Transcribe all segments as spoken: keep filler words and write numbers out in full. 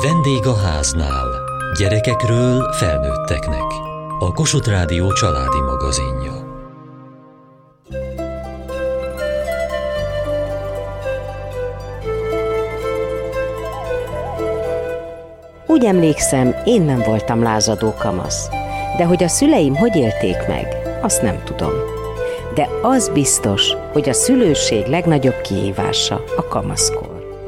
Vendég a háznál. Gyerekekről felnőtteknek. A Kossuth Rádió családi magazinja. Úgy emlékszem, én nem voltam lázadó kamasz, de hogy a szüleim hogy élték meg, azt nem tudom. De az biztos, hogy a szülőség legnagyobb kihívása a kamaszkor.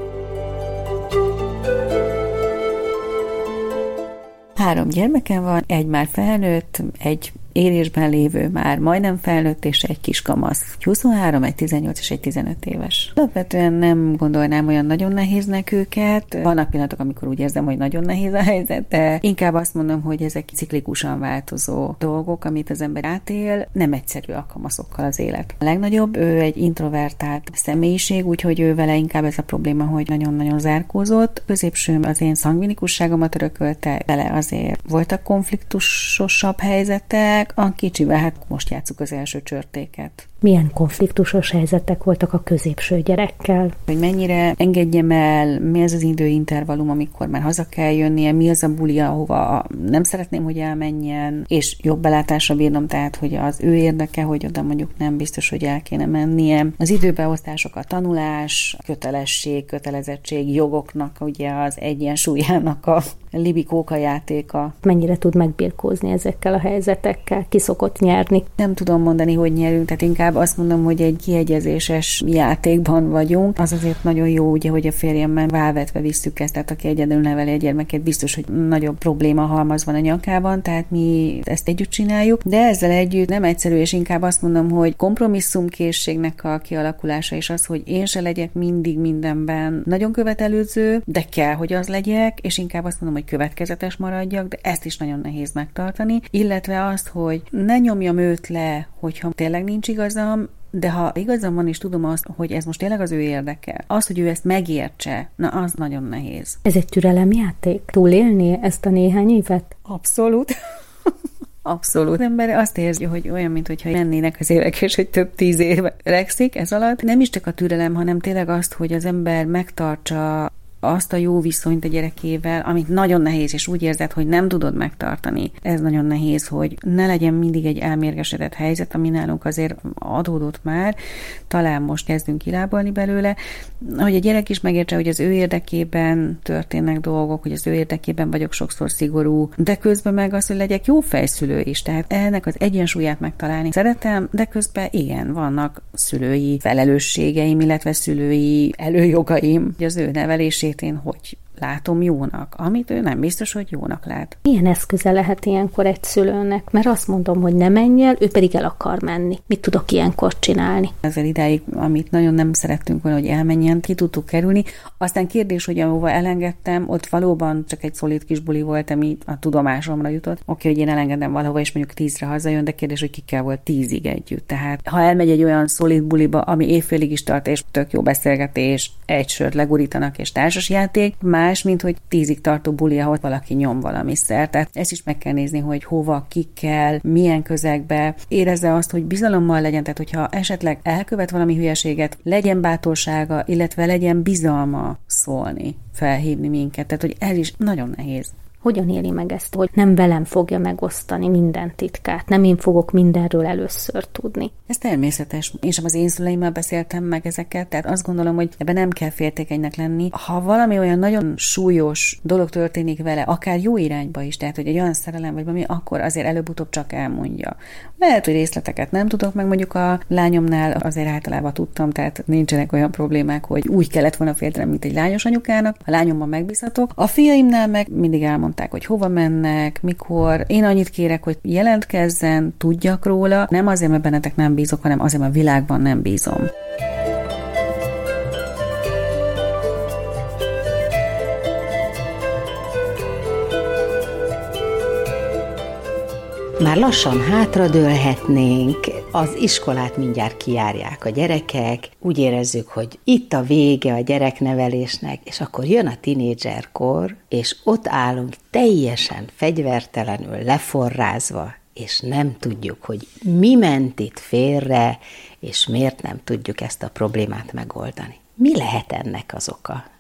Három gyermekem van, egy már felnőtt, egy érésben lévő már majdnem felnőtt, és egy kis kamasz. huszonhárom, egy tizennyolc és egy tizenöt éves. Alapvetően nem gondolnám olyan nagyon nehéznek őket. Vannak pillanatok, amikor úgy érzem, hogy nagyon nehéz a helyzet, de inkább azt mondom, hogy ezek ciklikusan változó dolgok, amit az ember átél. Nem egyszerű a kamaszokkal az élet. A legnagyobb, ő egy introvertált személyiség, úgyhogy ő vele inkább ez a probléma, hogy nagyon-nagyon zárkózott. Középsőm az én szangvinikusságomat örökölte, vele azért voltak konfliktusosabb helyzetek. A kicsivel, hát most játsszuk az első csörtéket. Milyen konfliktusos helyzetek voltak a középső gyerekkel? Hogy mennyire engedjem el, mi az az időintervallum, amikor már haza kell jönnie, mi az a buli, ahova nem szeretném, hogy elmenjen, és jobb belátásra bírnom, tehát, hogy az ő érdeke, hogy oda mondjuk nem biztos, hogy el kéne mennie. Az időbeosztások, a tanulás, kötelesség, kötelezettség, jogoknak ugye az egyensúlyának a libikóka játéka. Mennyire tud megbirkózni ezekkel a helyzetekkel? Ki szokott nyerni? Nem tudom mondani, hogy nyerünk, tehát inkább azt mondom, hogy egy kiegyezéses játékban vagyunk. Az azért nagyon jó, ugye, hogy a férjemmel válvetve visszük ezt, tehát aki egyedül neveli a gyermeket, biztos, hogy nagyobb probléma halmaz van a nyakában, tehát mi ezt együtt csináljuk, de ezzel együtt nem egyszerű, és inkább azt mondom, hogy kompromisszumkészségnek a kialakulása, és az, hogy én se legyek mindig mindenben nagyon követelőző, de kell, hogy az legyek, és inkább azt mondom, hogy következetes maradjak, de ezt is nagyon nehéz megtartani, illetve azt, hogy ne nyomjam őt le, hogyha tényleg nincs igazam, de ha igazam van, és tudom azt, hogy ez most tényleg az ő érdeke, az, hogy ő ezt megértse, na az nagyon nehéz. Ez egy türelemjáték? Túlélni ezt a néhány évet? Abszolút. Abszolút. Az ember azt érzi, hogy olyan, mintha mennének az évek, és hogy több tíz éve rekszik ez alatt. Nem is csak a türelem, hanem tényleg azt, hogy az ember megtartsa azt a jó viszonyt a gyerekével, amit nagyon nehéz, és úgy érzed, hogy nem tudod megtartani. Ez nagyon nehéz, hogy ne legyen mindig egy elmérgesedett helyzet, ami nálunk azért adódott már, talán most kezdünk kilábalni belőle, hogy a gyerek is megértse, hogy az ő érdekében történnek dolgok, hogy az ő érdekében vagyok sokszor szigorú, de közben meg az, hogy legyek jó fejszülő is, tehát ennek az egyensúlyát megtalálni szeretem, de közben igen, vannak szülői felelősségeim, illetve szülői előjogaim, hogy az ő nevelését én hogy látom jónak, amit ő nem biztos, hogy jónak lát. Milyen eszköze lehet ilyenkor egy szülőnek? Mert azt mondom, hogy ne menj el, ő pedig el akar menni. Mit tudok ilyenkor csinálni? Ezzel idáig, amit nagyon nem szerettünk volna, hogy elmenjen, ki tudtuk kerülni. Aztán kérdés, hogy ahova elengedtem, ott valóban csak egy szolid kis buli volt, ami a tudomásomra jutott. Oké, hogy én elengedem valahova, és mondjuk tízre hazajön, de kérdés, hogy kikkel volt tízig együtt. Tehát ha elmegy egy olyan szolid buliba, ami évfélig is tart, és tök jó beszélgetés, egy sört legurítanak, és társasjáték, más, mint hogy tízig tartó buli, ahol valaki nyom valami szert. Tehát ezt is meg kell nézni, hogy hova, kikkel, milyen közegbe, érezze azt, hogy bizalommal legyen, tehát hogyha esetleg elkövet valami hülyeséget, legyen bátorsága, illetve legyen bizalma szólni, felhívni minket. Tehát, hogy ez is nagyon nehéz. Hogyan éli meg ezt, hogy nem velem fogja megosztani minden titkát, nem én fogok mindenről először tudni? Ez természetes. Én sem az én szüleimmel beszéltem meg ezeket, tehát azt gondolom, hogy ebben nem kell féltékenynek lenni. Ha valami olyan nagyon súlyos dolog történik vele, akár jó irányba is, tehát hogy egy olyan szerelem vagy valami, akkor azért előbb-utóbb csak elmondja. Lehet, hogy részleteket nem tudok, meg mondjuk a lányomnál azért általában tudtam, tehát nincsenek olyan problémák, hogy úgy kellett volna féltenem, mint egy lányos anyukának. A lányomban megbízhatok. A fiaimnál meg mindig elmondtam, hogy hova mennek, mikor. Én annyit kérek, hogy jelentkezzen, tudjak róla. Nem azért, mert bennetek nem bízok, hanem azért, mert a világban nem bízom. Már lassan hátradőlhetnénk, az iskolát mindjárt kijárják a gyerekek, úgy érezzük, hogy itt a vége a gyereknevelésnek, és akkor jön a tinédzserkor, és ott állunk teljesen fegyvertelenül, leforrázva, és nem tudjuk, hogy mi ment itt félre, és miért nem tudjuk ezt a problémát megoldani. Mi lehet ennek az oka?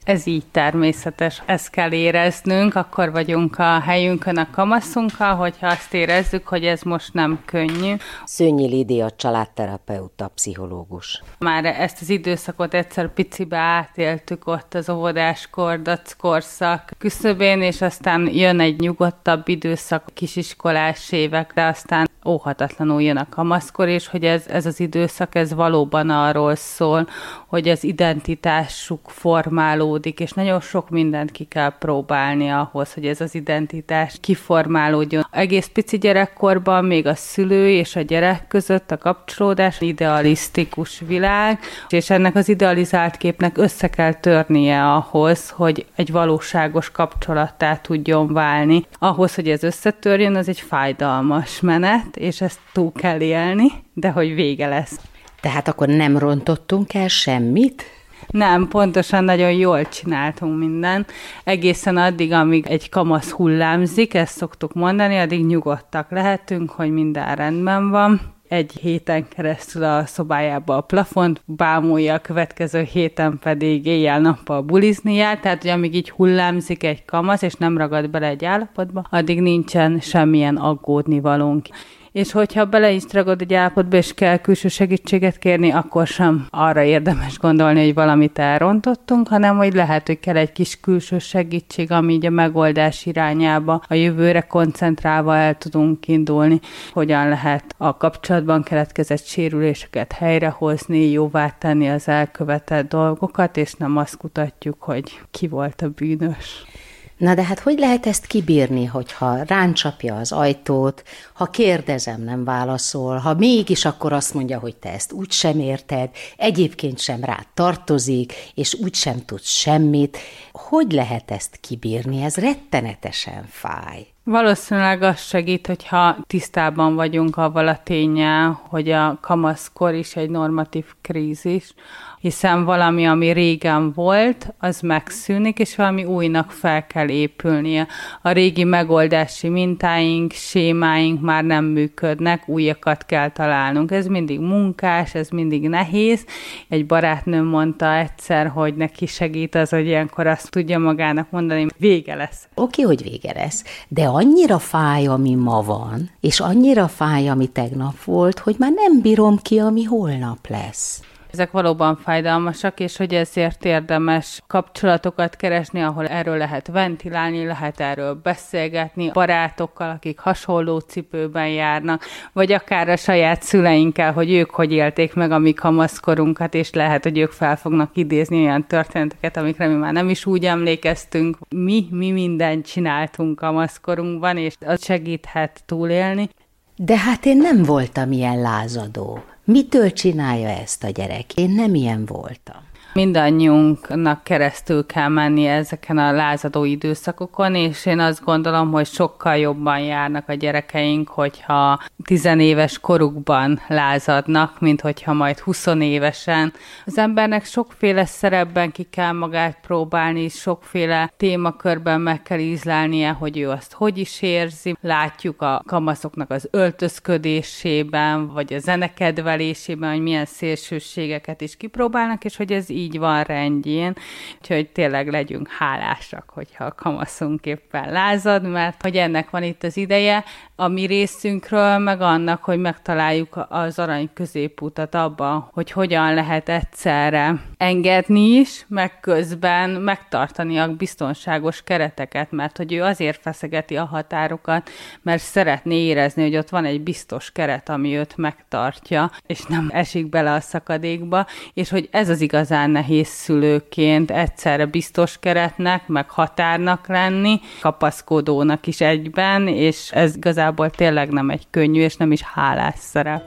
Ez így természetes, ezt kell éreznünk, akkor vagyunk a helyünkön a kamaszunkkal, hogyha azt érezzük, hogy ez most nem könnyű. Szőnyi Lídia, családterapeuta, pszichológus. Már ezt az időszakot egyszer picibe átéltük ott az óvodáskor, dackorszak küszöbén, és aztán jön egy nyugodtabb időszak, kisiskolás évek, de aztán óhatatlanul jön a kamaszkor, és hogy ez, ez az időszak, ez valóban arról szól, hogy az identitásuk formálódik, és nagyon sok mindent ki kell próbálni ahhoz, hogy ez az identitás kiformálódjon. Egész pici gyerekkorban még a szülő és a gyerek között a kapcsolódás idealisztikus világ, és ennek az idealizált képnek össze kell törnie ahhoz, hogy egy valóságos kapcsolattá tudjon válni. Ahhoz, hogy ez összetörjön, az egy fájdalmas menet, és ezt túl kell élni, de hogy vége lesz. Tehát akkor nem rontottunk el semmit? Nem, pontosan nagyon jól csináltunk mindent. Egészen addig, amíg egy kamasz hullámzik, ezt szoktuk mondani, addig nyugodtak lehetünk, hogy minden rendben van. Egy héten keresztül a szobájába a plafont bámulja, a következő héten pedig éjjel-nappal bulizni jár, tehát hogy amíg így hullámzik egy kamasz, és nem ragad bele egy állapotba, addig nincsen semmilyen aggódnivalónk. És hogyha bele is ragad egy állapotba, és kell külső segítséget kérni, akkor sem arra érdemes gondolni, hogy valamit elrontottunk, hanem hogy lehet, hogy kell egy kis külső segítség, ami így a megoldás irányába, a jövőre koncentrálva el tudunk indulni, hogyan lehet a kapcsolatban keletkezett sérüléseket helyrehozni, jóvá tenni az elkövetett dolgokat, és nem azt kutatjuk, hogy ki volt a bűnös. Na de hát hogy lehet ezt kibírni, hogyha ráncsapja az ajtót, ha kérdezem, nem válaszol, ha mégis akkor azt mondja, hogy te ezt úgy sem érted, egyébként sem rád tartozik, és úgy sem tudsz semmit. Hogy lehet ezt kibírni? Ez rettenetesen fáj. Valószínűleg az segít, hogyha tisztában vagyunk avval a ténnyel, hogy a kamaszkor is egy normatív krízis, hiszen valami, ami régen volt, az megszűnik, és valami újnak fel kell épülnie. A régi megoldási mintáink, sémáink már nem működnek, újakat kell találnunk. Ez mindig munkás, ez mindig nehéz. Egy barátnőm mondta egyszer, hogy neki segít az, hogy ilyenkor azt tudja magának mondani, vége lesz. Oké, hogy vége lesz, de annyira fáj, ami ma van, és annyira fáj, ami tegnap volt, hogy már nem bírom ki, ami holnap lesz. Ezek valóban fájdalmasak, és hogy ezért érdemes kapcsolatokat keresni, ahol erről lehet ventilálni, lehet erről beszélgetni, barátokkal, akik hasonló cipőben járnak, vagy akár a saját szüleinkkel, hogy ők hogy élték meg a mi kamaszkorunkat, és lehet, hogy ők fel fognak idézni olyan történeteket, amikre mi már nem is úgy emlékeztünk. Mi, mi mindent csináltunk kamaszkorunkban, és az segíthet túlélni. De hát én nem voltam ilyen lázadó. Mitől csinálja ezt a gyerek? Én nem ilyen voltam. Mindannyiunknak keresztül kell menni ezeken a lázadó időszakokon, és én azt gondolom, hogy sokkal jobban járnak a gyerekeink, hogyha tizenéves korukban lázadnak, mint hogyha majd huszonévesen. Az embernek sokféle szerepben ki kell magát próbálni, sokféle témakörben meg kell ízlelnie, hogy ő azt hogy is érzi. Látjuk a kamaszoknak az öltözködésében, vagy a zenekedvelésében, hogy milyen szélsőségeket is kipróbálnak, és hogy ez így így van rendjén, úgyhogy tényleg legyünk hálásak, hogyha a kamaszunk éppen lázad, mert hogy ennek van itt az ideje, a mi részünkről, meg annak, hogy megtaláljuk az arany középutat abban, hogy hogyan lehet egyszerre engedni is, meg közben megtartani a biztonságos kereteket, mert hogy ő azért feszegeti a határokat, mert szeretné érezni, hogy ott van egy biztos keret, ami őt megtartja, és nem esik bele a szakadékba, és hogy ez az igazán nehéz szülőként egyszerre biztos keretnek, meg határnak lenni, kapaszkodónak is egyben, és ez igazából tényleg nem egy könnyű, és nem is hálás szerep.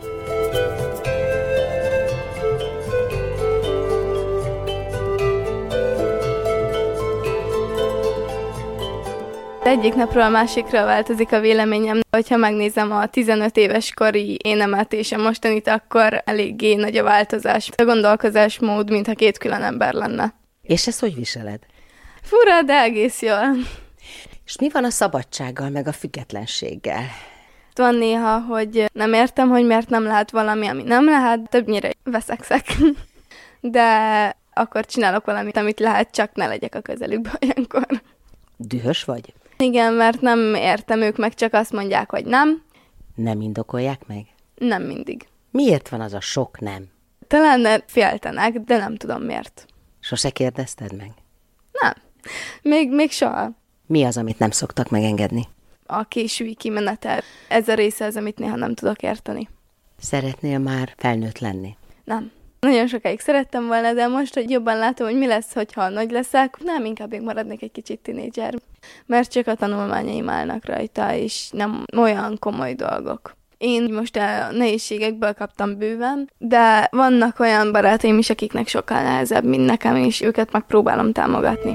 Egyik napról a másikra változik a véleményem. Hogyha megnézem a tizenöt éves kori énemet és a mostanit, akkor eléggé nagy a változás. A gondolkozásmód, mintha két külön ember lenne. És ezt hogy viseled? Fura, de egész jól. És mi van a szabadsággal, meg a függetlenséggel? Van néha, hogy nem értem, hogy miért nem lehet valami, ami nem lehet, többnyire veszekszek. De akkor csinálok valamit, amit lehet, csak ne legyek a közelükben olyankor. Dühös vagy? Igen, mert nem értem, ők meg csak azt mondják, hogy nem. Nem indokolják meg? Nem mindig. Miért van az a sok nem? Talán féltenek, de nem tudom miért. Sose kérdezted meg? Nem. Még, még soha. Mi az, amit nem szoktak megengedni? A késői kimenetel. Ez a része az, amit néha nem tudok érteni. Szeretnél már felnőtt lenni? Nem. Nagyon sokáig szerettem volna, de most, hogy jobban látom, hogy mi lesz, hogyha nagy leszek, nem, inkább még maradnék egy kicsit tinédzser. Mert csak a tanulmányaim állnak rajta, és nem olyan komoly dolgok. Én most a nehézségekből kaptam bőven, de vannak olyan barátaim is, akiknek sokkal nehezebb, mint nekem, és őket megpróbálom támogatni.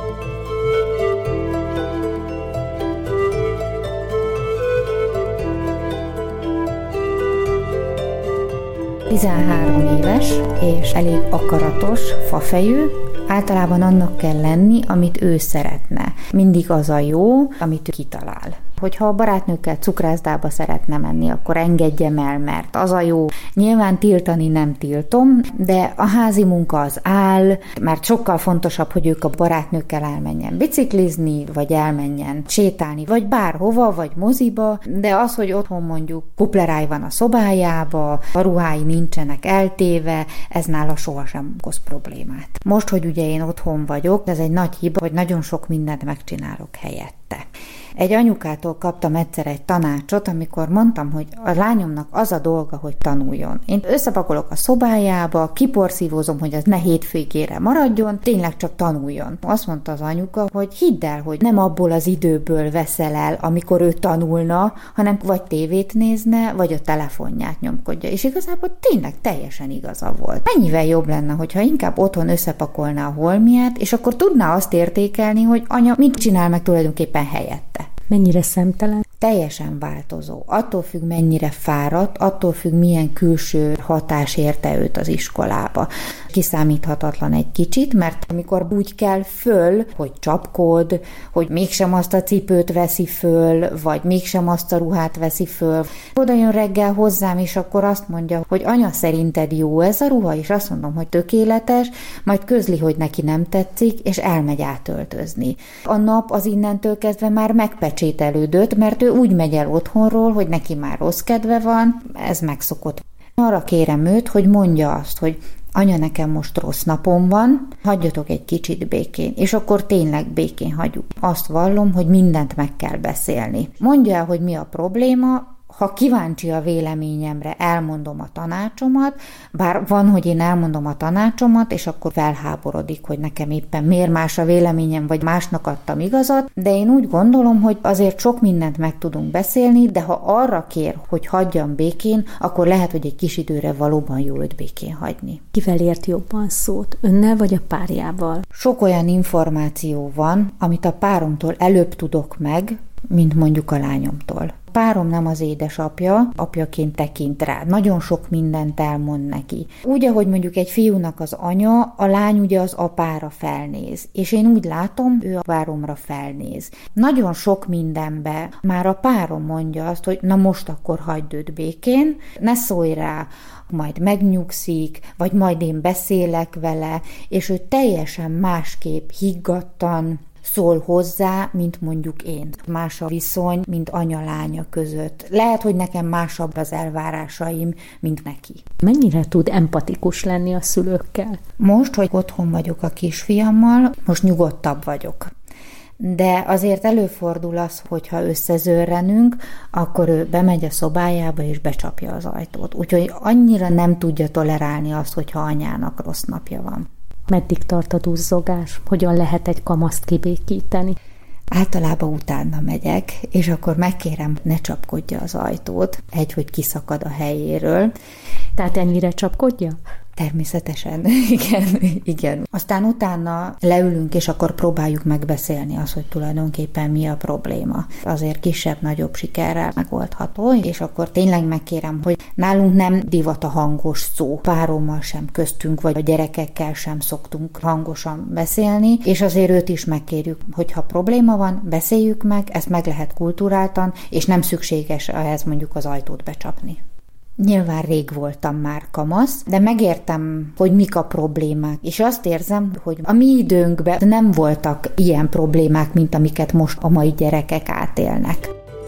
tizenhárom éves, és elég akaratos, fafejű, általában annak kell lenni, amit ő szeretne. Mindig az a jó, amit ő kitalál. Hogyha a barátnőkkel cukrászdába szeretne menni, akkor engedjem el, mert az a jó. Nyilván tiltani nem tiltom, de a házi munka az áll, mert sokkal fontosabb, hogy ők a barátnőkkel elmenjen biciklizni, vagy elmenjen sétálni, vagy bárhova, vagy moziba, de az, hogy otthon mondjuk kupleráj van a szobájába, a ruhái nincsenek eltéve, ez nála sohasem okoz problémát. Most, hogy ugye én otthon vagyok, ez egy nagy hiba, hogy nagyon sok mindent megcsinálok helyette. Egy anyukától kaptam egyszer egy tanácsot, amikor mondtam, hogy a lányomnak az a dolga, hogy tanuljon. Én összepakolok a szobájába, kiporszívózom, hogy az ne hétvégére maradjon, tényleg csak tanuljon. Azt mondta az anyuka, hogy hidd el, hogy nem abból az időből veszel el, amikor ő tanulna, hanem vagy tévét nézne, vagy a telefonját nyomkodja. És igazából tényleg teljesen igaza volt. Mennyivel jobb lenne, hogyha inkább otthon összepakolná a holmiát, és akkor tudná azt értékelni, hogy anya mit csinál meg tulajdonképpen helyette. Mennyire szemtelen? Teljesen változó. Attól függ, mennyire fáradt, attól függ, milyen külső hatás érte őt az iskolába. Kiszámíthatatlan egy kicsit, mert amikor úgy kell föl, hogy csapkod, hogy mégsem azt a cipőt veszi föl, vagy mégsem azt a ruhát veszi föl. Oda jön reggel hozzám, és akkor azt mondja, hogy anya, szerinted jó ez a ruha? És azt mondom, hogy tökéletes, majd közli, hogy neki nem tetszik, és elmegy átöltözni. A nap az innentől kezdve már megpecsételődött, mert ő úgy megy el otthonról, hogy neki már rossz kedve van, ez megszokott. Arra kérem őt, hogy mondja azt, hogy anya, nekem most rossz napom van, hagyjatok egy kicsit békén, és akkor tényleg békén hagyjuk. Azt vallom, hogy mindent meg kell beszélni. Mondja el, hogy mi a probléma, ha kíváncsi a véleményemre, elmondom a tanácsomat, bár van, hogy én elmondom a tanácsomat, és akkor felháborodik, hogy nekem éppen miért más a véleményem, vagy másnak adtam igazat, de én úgy gondolom, hogy azért sok mindent meg tudunk beszélni, de ha arra kér, hogy hagyjam békén, akkor lehet, hogy egy kis időre valóban jó őt békén hagyni. Kivel ért jobban szót? Önnel vagy a párjával? Sok olyan információ van, amit a páromtól előbb tudok meg, mint mondjuk a lányomtól. A párom nem az édesapja, apjaként tekint rá. Nagyon sok mindent elmond neki. Úgy, ahogy mondjuk egy fiúnak az anya, a lány ugye az apára felnéz. És én úgy látom, ő a páromra felnéz. Nagyon sok mindenbe már a párom mondja azt, hogy na most akkor hagyd őt békén, ne szólj rá, majd megnyugszik, vagy majd én beszélek vele, és ő teljesen másképp higgadtan szól hozzá, mint mondjuk én. Más a viszony, mint anya-lánya között. Lehet, hogy nekem másabb az elvárásaim, mint neki. Mennyire tud empatikus lenni a szülőkkel? Most, hogy otthon vagyok a kisfiammal, most nyugodtabb vagyok. De azért előfordul az, hogyha összezörrenünk, akkor ő bemegy a szobájába és becsapja az ajtót. Úgyhogy annyira nem tudja tolerálni azt, hogyha anyának rossz napja van. Meddig tart a duzzogás? Hogyan lehet egy kamaszt kibékíteni? Általában utána megyek, és akkor megkérem, ne csapkodja az ajtót, egy, hogy kiszakad a helyéről. Tehát ennyire csapkodja? Természetesen, igen, igen. Aztán utána leülünk, és akkor próbáljuk megbeszélni azt, hogy tulajdonképpen mi a probléma. Azért kisebb-nagyobb sikerrel megoldható, és akkor tényleg megkérem, hogy nálunk nem divat a hangos szó. Párommal sem köztünk, vagy a gyerekekkel sem szoktunk hangosan beszélni, és azért őt is megkérjük, hogyha probléma van, beszéljük meg, ezt meg lehet kulturáltan, és nem szükséges ehhez mondjuk az ajtót becsapni. Nyilván rég voltam már kamasz, de megértem, hogy mik a problémák, és azt érzem, hogy a mi időnkben nem voltak ilyen problémák, mint amiket most a mai gyerekek átélnek.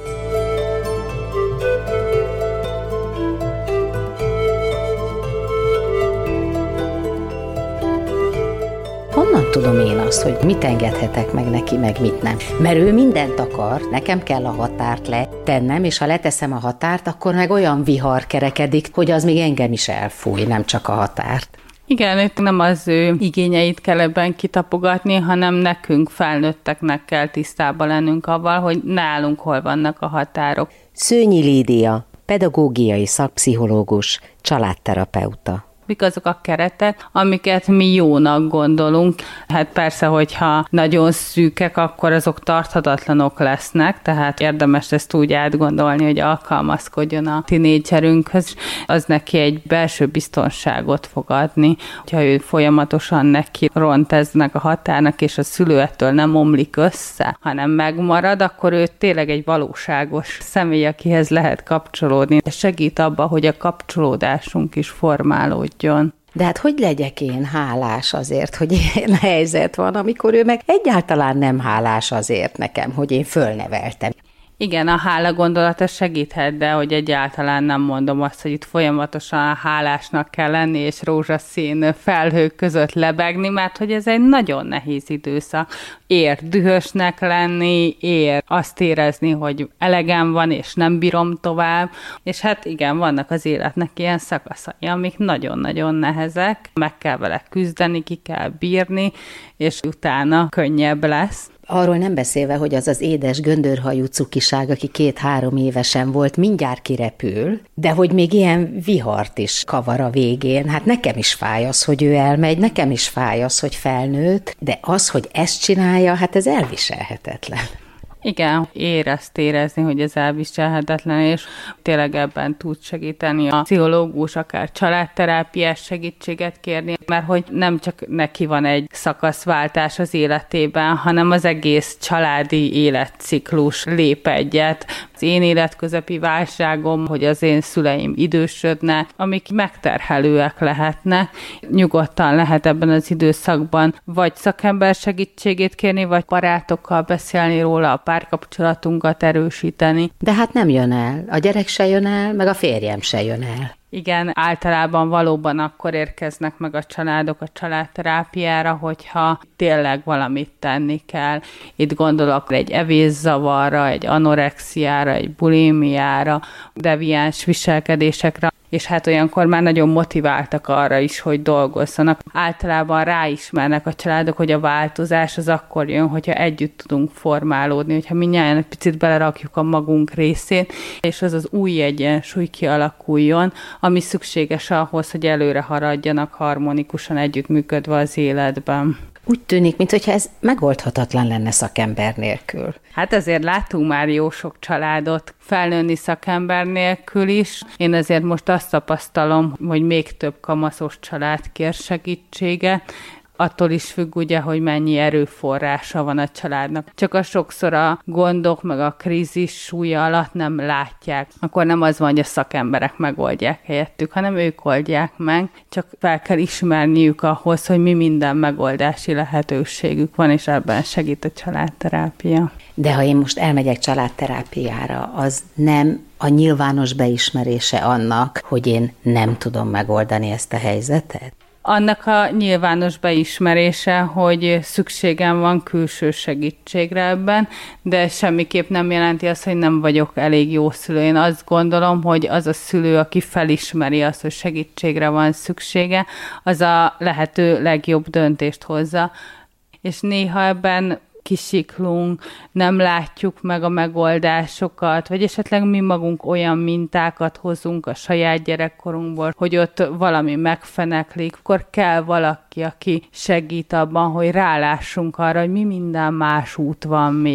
Honnan tudom én azt, hogy mit engedhetek meg neki, meg mit nem? Mert ő mindent akar, nekem kell a határt letennem, és ha leteszem a határt, akkor meg olyan vihar kerekedik, hogy az még engem is elfúj, nem csak a határt. Igen, itt nem az ő igényeit kell ebben kitapogatni, hanem nekünk, felnőtteknek kell tisztában lennünk avval, hogy nálunk hol vannak a határok. Szőnyi Lídia, pedagógiai szakpszichológus, családterapeuta. Mik azok a keretek, amiket mi jónak gondolunk. Hát persze, hogyha nagyon szűkek, akkor azok tarthatatlanok lesznek, tehát érdemes ezt úgy átgondolni, hogy alkalmazkodjon a tinédzserünkhöz. Az neki egy belső biztonságot fog adni. Ha ő folyamatosan neki ront eznek a határnak, és a szülő ettől nem omlik össze, hanem megmarad, akkor ő tényleg egy valóságos személy, akihez lehet kapcsolódni. Segít abba, hogy a kapcsolódásunk is formálódjon. De hát hogy legyek én hálás azért, hogy ilyen helyzet van, amikor ő meg egyáltalán nem hálás azért nekem, hogy én fölneveltem. Igen, a hála gondolata segíthet, de hogy egyáltalán nem mondom azt, hogy itt folyamatosan hálásnak kell lenni, és rózsaszín felhők között lebegni, mert hogy ez egy nagyon nehéz időszak. Ér dühösnek lenni, ér azt érezni, hogy elegem van, és nem bírom tovább. És hát igen, vannak az életnek ilyen szakaszai, amik nagyon-nagyon nehezek, meg kell vele küzdeni, ki kell bírni, és utána könnyebb lesz. Arról nem beszélve, hogy az az édes göndörhajú cukiság, aki két-három évesen volt, mindjárt kirepül, de hogy még ilyen vihart is kavar a végén. Hát nekem is fáj az, hogy ő elmegy, nekem is fáj az, hogy felnőtt, de az, hogy ezt csinálja, hát ez elviselhetetlen. Igen, érezt érezni, hogy ez elviselhetetlen, és tényleg ebben tud segíteni a pszichológus, akár családterápiás segítséget kérni, mert hogy nem csak neki van egy szakaszváltás az életében, hanem az egész családi életciklus lép egyet. Az én életközepi válságom, hogy az én szüleim idősödnek, amik megterhelőek lehetnek. Nyugodtan lehet ebben az időszakban vagy szakember segítségét kérni, vagy barátokkal beszélni róla, a párkapcsolatunkat erősíteni. De hát nem jön el. A gyerek se jön el, meg a férjem se jön el. Igen, általában valóban akkor érkeznek meg a családok a családterápiára, hogyha tényleg valamit tenni kell. Itt gondolok egy evészavarra, egy anorexiára, egy bulimiára, deviáns viselkedésekre, és hát olyankor már nagyon motiváltak arra is, hogy dolgozzanak. Általában ráismernek a családok, hogy a változás az akkor jön, hogyha együtt tudunk formálódni, hogyha mindnyájan egy picit belerakjuk a magunk részét, és az az új egyensúly kialakuljon, ami szükséges ahhoz, hogy előre haradjanak harmonikusan együttműködve az életben. Úgy tűnik, mintha ez megoldhatatlan lenne szakember nélkül. Hát azért látunk már jó sok családot felnőni szakember nélkül is. Én azért most azt tapasztalom, hogy még több kamaszos család kér segítséget. Attól is függ ugye, hogy mennyi erőforrása van a családnak. Csak a sokszor a gondok, meg a krízis súlya alatt nem látják. Akkor nem az van, hogy a szakemberek megoldják helyettük, hanem ők oldják meg. Csak fel kell ismerniük ahhoz, hogy mi minden megoldási lehetőségük van, és ebben segít a családterápia. De ha én most elmegyek családterápiára, az nem a nyilvános beismerése annak, hogy én nem tudom megoldani ezt a helyzetet? Annak a nyilvános beismerése, hogy szükségem van külső segítségre ebben, de semmiképp nem jelenti azt, hogy nem vagyok elég jó szülő. Én azt gondolom, hogy az a szülő, aki felismeri azt, hogy segítségre van szüksége, az a lehető legjobb döntést hozza. És néha ebben kisiklunk, nem látjuk meg a megoldásokat, vagy esetleg mi magunk olyan mintákat hozunk a saját gyerekkorunkból, hogy ott valami megfeneklik, akkor kell valaki, aki segít abban, hogy rálássunk arra, hogy mi minden más út van még,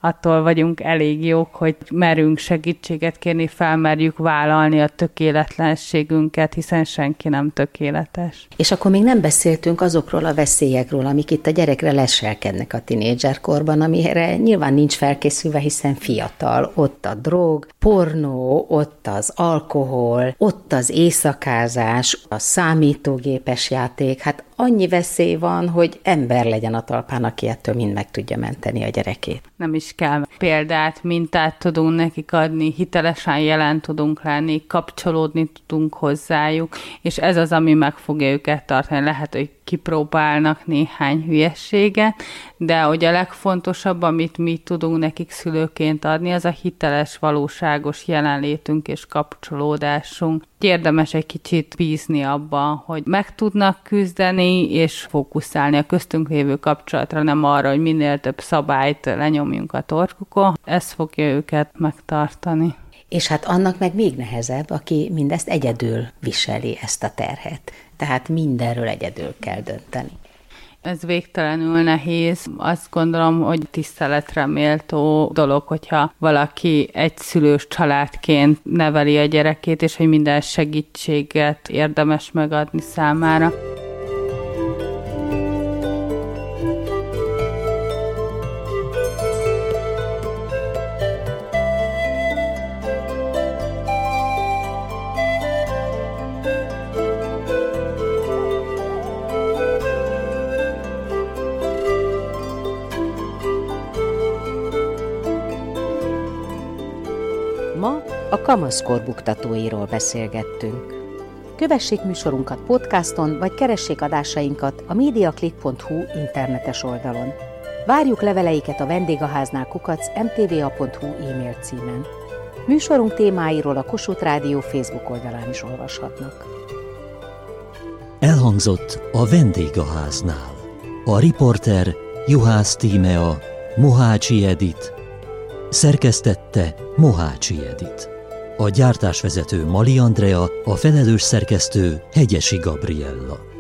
attól vagyunk elég jók, hogy merünk segítséget kérni, felmerjük vállalni a tökéletlenségünket, hiszen senki nem tökéletes. És akkor még nem beszéltünk azokról a veszélyekről, amik itt a gyerekre leselkednek a tinédzserkorban, amire nyilván nincs felkészülve, hiszen fiatal. Ott a drog, pornó, ott az alkohol, ott az éjszakázás, a számítógépes játék. Hát annyi veszély van, hogy ember legyen a talpán, aki ettől mind meg tudja menteni a gyerekét. Nem is kell példát, mintát tudunk nekik adni, hitelesen jelen tudunk lenni, kapcsolódni tudunk hozzájuk, és ez az, ami meg fogja őket tartani. Lehet, hogy kipróbálnak néhány hülyességet, de hogy a legfontosabb, amit mi tudunk nekik szülőként adni, az a hiteles, valóságos jelenlétünk és kapcsolódásunk. Érdemes egy kicsit bízni abban, hogy meg tudnak küzdeni, és fókuszálni a köztünk lévő kapcsolatra, nem arra, hogy minél több szabályt lenyomjunk a torkukon. Ez fogja őket megtartani. És hát annak meg még nehezebb, aki mindezt egyedül viseli, ezt a terhet. Tehát mindenről egyedül kell dönteni. Ez végtelenül nehéz. Azt gondolom, hogy tiszteletre méltó dolog, hogyha valaki egyszülős családként neveli a gyerekét, és hogy minden segítséget érdemes megadni számára. Ma a kamaszkor buktatóiról beszélgettünk. Kövessék műsorunkat podcaston, vagy keressék adásainkat a mediaclick pont hu internetes oldalon. Várjuk leveleiket a vendégháznál kukac em té vé á pont hu e-mail címen. Műsorunk témáiról a Kossuth Rádió Facebook oldalán is olvashatnak. Elhangzott a vendégháznál. A riporter Juhász Tímea, Mohácsi Edit, szerkesztette Mohácsi Edit. A gyártásvezető Mali Andrea, a felelős szerkesztő Hegyesi Gabriella.